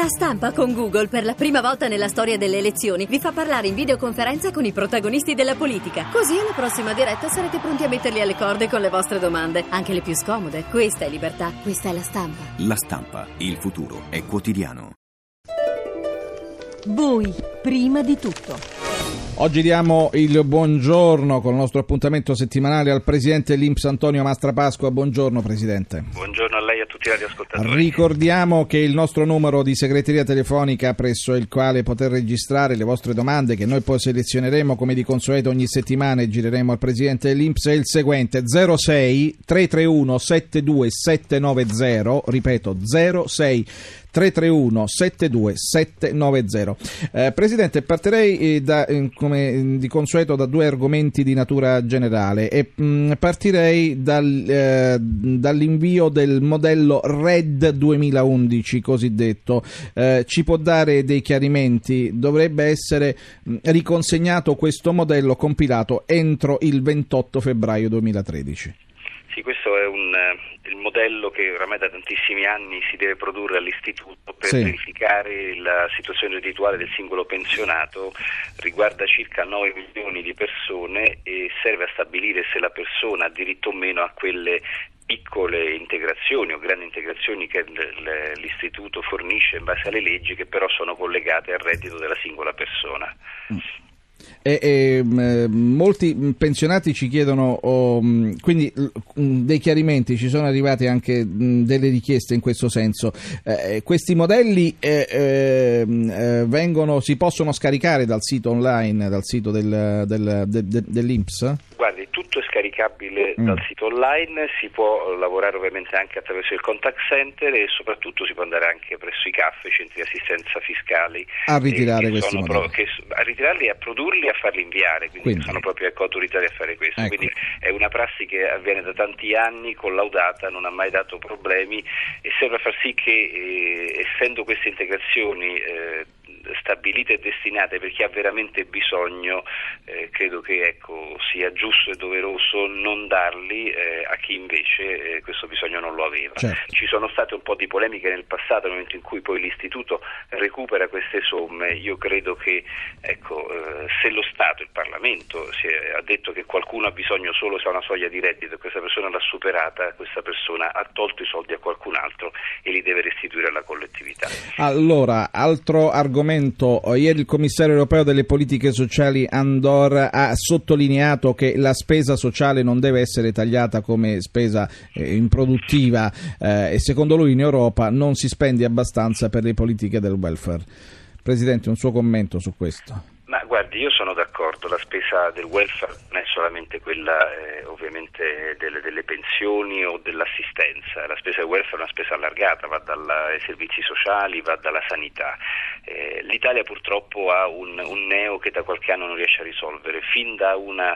Stampa con Google, per la prima volta nella storia delle elezioni, vi fa parlare in videoconferenza con i protagonisti della politica. Così alla prossima diretta sarete pronti a metterli alle corde con le vostre domande, anche le più scomode. Questa è libertà, questa è La Stampa. La Stampa, il futuro è quotidiano. Voi, prima di tutto. Oggi diamo il buongiorno con il nostro appuntamento settimanale al Presidente dell'INPS Antonio Mastrapasqua. Buongiorno Presidente. Buongiorno a lei e a tutti i radioascoltatori. Ricordiamo che il nostro numero di segreteria telefonica presso il quale poter registrare le vostre domande, che noi poi selezioneremo come di consueto ogni settimana e gireremo al Presidente dell'INPS, è il seguente: 06 331 72790, ripeto 06 331 72790. Presidente, partirei come di consueto da due argomenti di natura generale e partirei dall'invio del modello RED 2011 cosiddetto. Ci può dare dei chiarimenti? Dovrebbe essere riconsegnato questo modello compilato entro il 28 febbraio 2013. Sì, questo è il modello che oramai da tantissimi anni si deve produrre all'istituto per verificare la situazione reddituale del singolo pensionato. Riguarda circa 9 milioni di persone e serve a stabilire se la persona ha diritto o meno a quelle piccole integrazioni o grandi integrazioni che l'istituto fornisce in base alle leggi, che però sono collegate al reddito della singola persona. Molti pensionati ci chiedono quindi dei chiarimenti, ci sono arrivate anche delle richieste in questo senso. Questi modelli si possono scaricare dal sito online, dal sito dell'INPS? Guardi, tutto è scaricabile dal sito online, si può lavorare ovviamente anche attraverso il contact center e soprattutto si può andare anche presso i CAF, i centri di assistenza fiscali, a ritirare questi modelli. A ritirarli e a produrli e a farli inviare, quindi sono proprio autorizzati a fare questo. Ecco. Quindi è una prassi che avviene da tanti anni, collaudata, non ha mai dato problemi e serve a far sì che essendo queste integrazioni stabilite e destinate per chi ha veramente bisogno, credo che sia giusto e doveroso non darli a chi invece questo bisogno non lo aveva. Certo. Ci sono state un po' di polemiche nel passato, nel momento in cui poi l'istituto recupera queste somme. Io credo che se lo Stato, il Parlamento ha detto che qualcuno ha bisogno solo se ha una soglia di reddito e questa persona l'ha superata, questa persona ha tolto i soldi a qualcun altro e li deve restituire alla collettività. Allora, altro argomento. Ieri il commissario europeo delle politiche sociali Andor ha sottolineato che la spesa sociale non deve essere tagliata come spesa improduttiva e secondo lui in Europa non si spende abbastanza per le politiche del welfare. Presidente, un suo commento su questo? Ma guardi, io sono d'accordo, la spesa del welfare non è solamente quella ovviamente delle pensioni o dell'assistenza, la spesa del welfare è una spesa allargata, va dai servizi sociali, va dalla sanità. L'Italia purtroppo ha un neo che da qualche anno non riesce a risolvere. Fin da una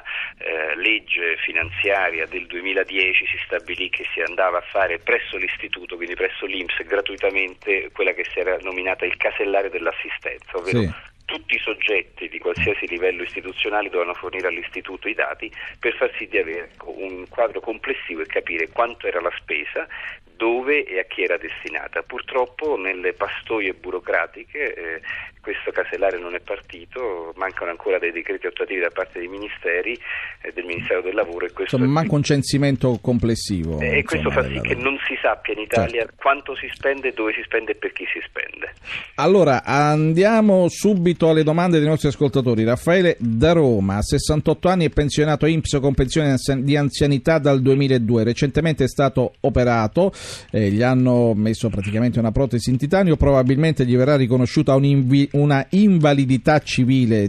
legge finanziaria del 2010 si stabilì che si andava a fare presso l'istituto, quindi presso l'INPS, gratuitamente quella che si era nominata il casellario dell'assistenza, ovvero tutti i soggetti di qualsiasi livello istituzionale dovevano fornire all'istituto i dati per far sì di avere un quadro complessivo e capire quanto era la spesa, dove e a chi era destinata. Purtroppo nelle pastoie burocratiche questo casellario non è partito, mancano ancora dei decreti attuativi da parte dei ministeri, del Ministero del Lavoro, e questo manca un censimento complessivo. E questo fa sì che non si sappia in Italia quanto si spende, dove si spende e per chi si spende. Allora andiamo subito alle domande dei nostri ascoltatori. Raffaele da Roma, 68 anni, è pensionato INPS con pensione di anzianità dal 2002, recentemente è stato operato, gli hanno messo praticamente una protesi in titanio, probabilmente gli verrà riconosciuta una invalidità civile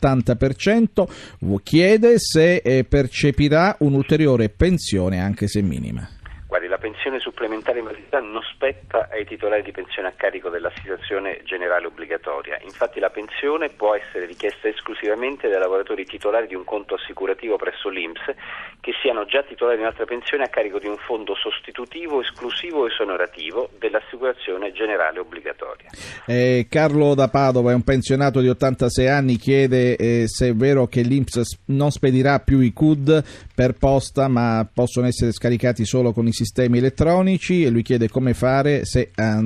dell'80%, chiede se percepirà un'ulteriore pensione anche se minima. Guardi, la pensione supplementare invalidità non spetta ai titolari di pensione a carico dell'assicurazione generale obbligatoria. Infatti la pensione può essere richiesta esclusivamente dai lavoratori titolari di un conto assicurativo presso l'INPS che siano già titolari di un'altra pensione a carico di un fondo sostitutivo, esclusivo o esonerativo dell'assicurazione generale obbligatoria. Carlo da Padova è un pensionato di 86 anni, chiede se è vero che l'INPS non spedirà più i CUD per posta, ma possono essere scaricati solo con i sistemi elettronici, e lui chiede come fare se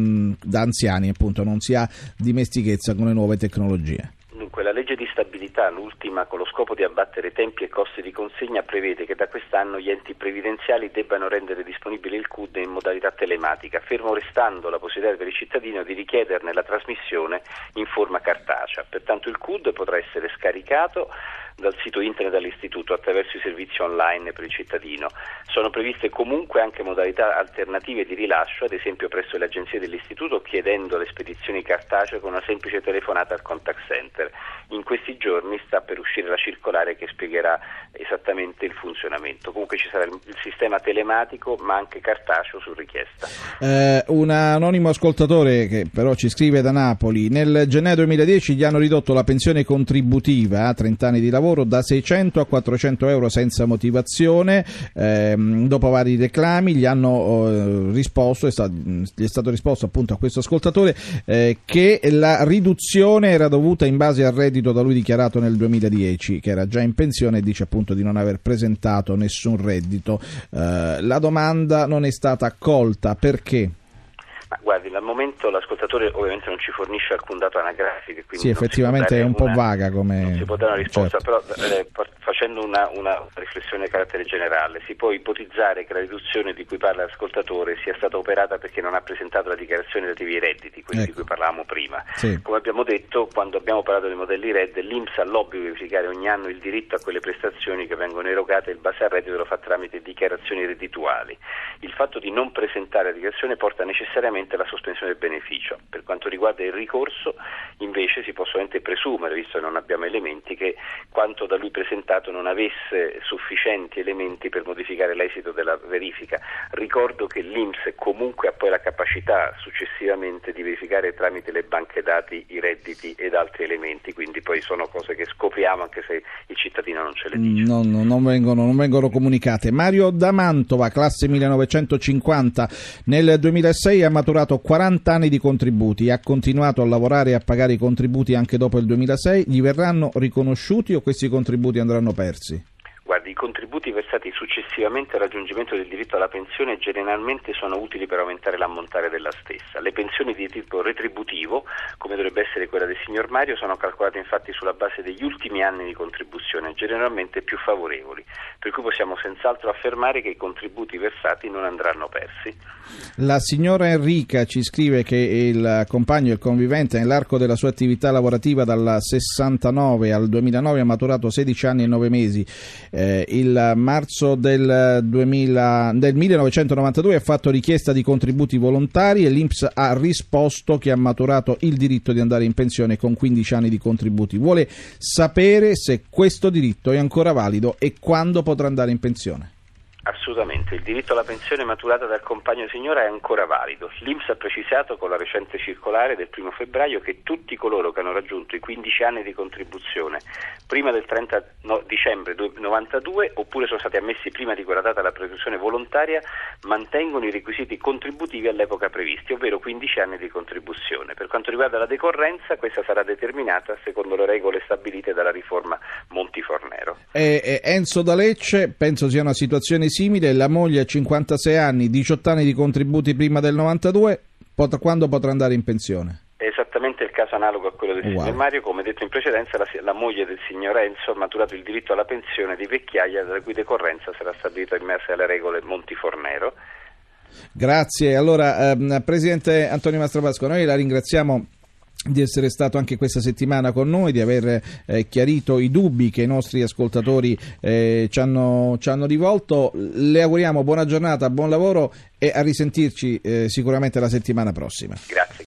da anziani appunto non si ha dimestichezza con le nuove tecnologie. Dunque, la legge di stabilità, l'ultima, con lo scopo di abbattere tempi e costi di consegna, prevede che da quest'anno gli enti previdenziali debbano rendere disponibile il CUD in modalità telematica, fermo restando la possibilità per il cittadino di richiederne la trasmissione in forma cartacea. Pertanto il CUD potrà essere scaricato dal sito internet dell'istituto attraverso i servizi online per il cittadino. Sono previste comunque anche modalità alternative di rilascio, ad esempio presso le agenzie dell'istituto, chiedendo le spedizioni cartacee con una semplice telefonata al contact center. In questi giorni sta per uscire la circolare che spiegherà esattamente il funzionamento. Comunque ci sarà il sistema telematico, ma anche cartaceo su richiesta. Un anonimo ascoltatore che però ci scrive da Napoli: nel gennaio 2010 gli hanno ridotto la pensione contributiva a 30 anni di lavoro da 600 a 400 euro senza motivazione. Dopo vari reclami gli hanno risposto, gli è stato risposto appunto a questo ascoltatore che la riduzione era dovuta in base al reddito da lui dichiarato nel 2010, che era già in pensione, e dice appunto di non aver presentato nessun reddito. La domanda non è stata accolta, perché? Ma guardi, al momento l'ascoltatore ovviamente non ci fornisce alcun dato anagrafico, quindi sì, effettivamente è un po' vaga come... Non si può dare una risposta, certo. Però facendo una riflessione a carattere generale, si può ipotizzare che la riduzione di cui parla l'ascoltatore sia stata operata perché non ha presentato la dichiarazione relativa ai redditi, quelli di cui parlavamo prima. Sì. Come abbiamo detto, quando abbiamo parlato dei modelli RED, l'INPS ha l'obbligo di verificare ogni anno il diritto a quelle prestazioni che vengono erogate, e il base al reddito lo fa tramite dichiarazioni reddituali. Il fatto di non presentare la dichiarazione porta necessariamente alla sospensione del beneficio. Per quanto riguarda il ricorso, invece, si può solamente presumere, visto che non abbiamo elementi, che quanto da lui presentato non avesse sufficienti elementi per modificare l'esito della verifica. Ricordo che l'INPS comunque ha poi la capacità successivamente di verificare tramite le banche dati i redditi ed altri elementi, quindi poi sono cose che scopriamo anche se il cittadino non ce le dice. Non vengono comunicate. Mario da Mantova, classe 1950, nel 2006 ha maturato 40 anni di contributi, ha continuato a lavorare e a pagare i contributi anche dopo il 2006, gli verranno riconosciuti o questi contributi andranno persi? Guardi, i contributi versati successivamente al raggiungimento del diritto alla pensione generalmente sono utili per aumentare l'ammontare della stessa. Le pensioni di tipo retributivo, come dovrebbe essere quella del signor Mario, sono calcolate infatti sulla base degli ultimi anni di contribuzione, generalmente più favorevoli, per cui possiamo senz'altro affermare che i contributi versati non andranno persi. La signora Enrica ci scrive che il compagno e il convivente nell'arco della sua attività lavorativa dal 69 al 2009 ha maturato 16 anni e 9 mesi. Il marzo del 1992 ha fatto richiesta di contributi volontari e l'INPS ha risposto che ha maturato il diritto di andare in pensione con 15 anni di contributi. Vuole sapere se questo diritto è ancora valido e quando potrà andare in pensione. Assolutamente, il diritto alla pensione maturata dal compagno signora è ancora valido. L'INPS ha precisato con la recente circolare del 1 febbraio che tutti coloro che hanno raggiunto i 15 anni di contribuzione prima del 30 dicembre 1992 oppure sono stati ammessi prima di quella data alla preclusione volontaria mantengono i requisiti contributivi all'epoca previsti, ovvero 15 anni di contribuzione. Per quanto riguarda la decorrenza, questa sarà determinata secondo le regole stabilite dalla riforma Monti-Fornero. Enzo da Lecce, penso sia una situazione simile, la moglie ha 56 anni, 18 anni di contributi prima del 92, quando potrà andare in pensione? È esattamente il caso analogo a quello del signor Mario. Come detto in precedenza, la moglie del signor Enzo ha maturato il diritto alla pensione di vecchiaia, la cui decorrenza sarà stabilita in base alle regole Monti-Fornero. Grazie. Allora, Presidente Antonio Mastrapasqua, noi la ringraziamo di essere stato anche questa settimana con noi, di aver chiarito i dubbi che i nostri ascoltatori ci hanno rivolto. Le auguriamo buona giornata, buon lavoro e a risentirci sicuramente la settimana prossima. Grazie.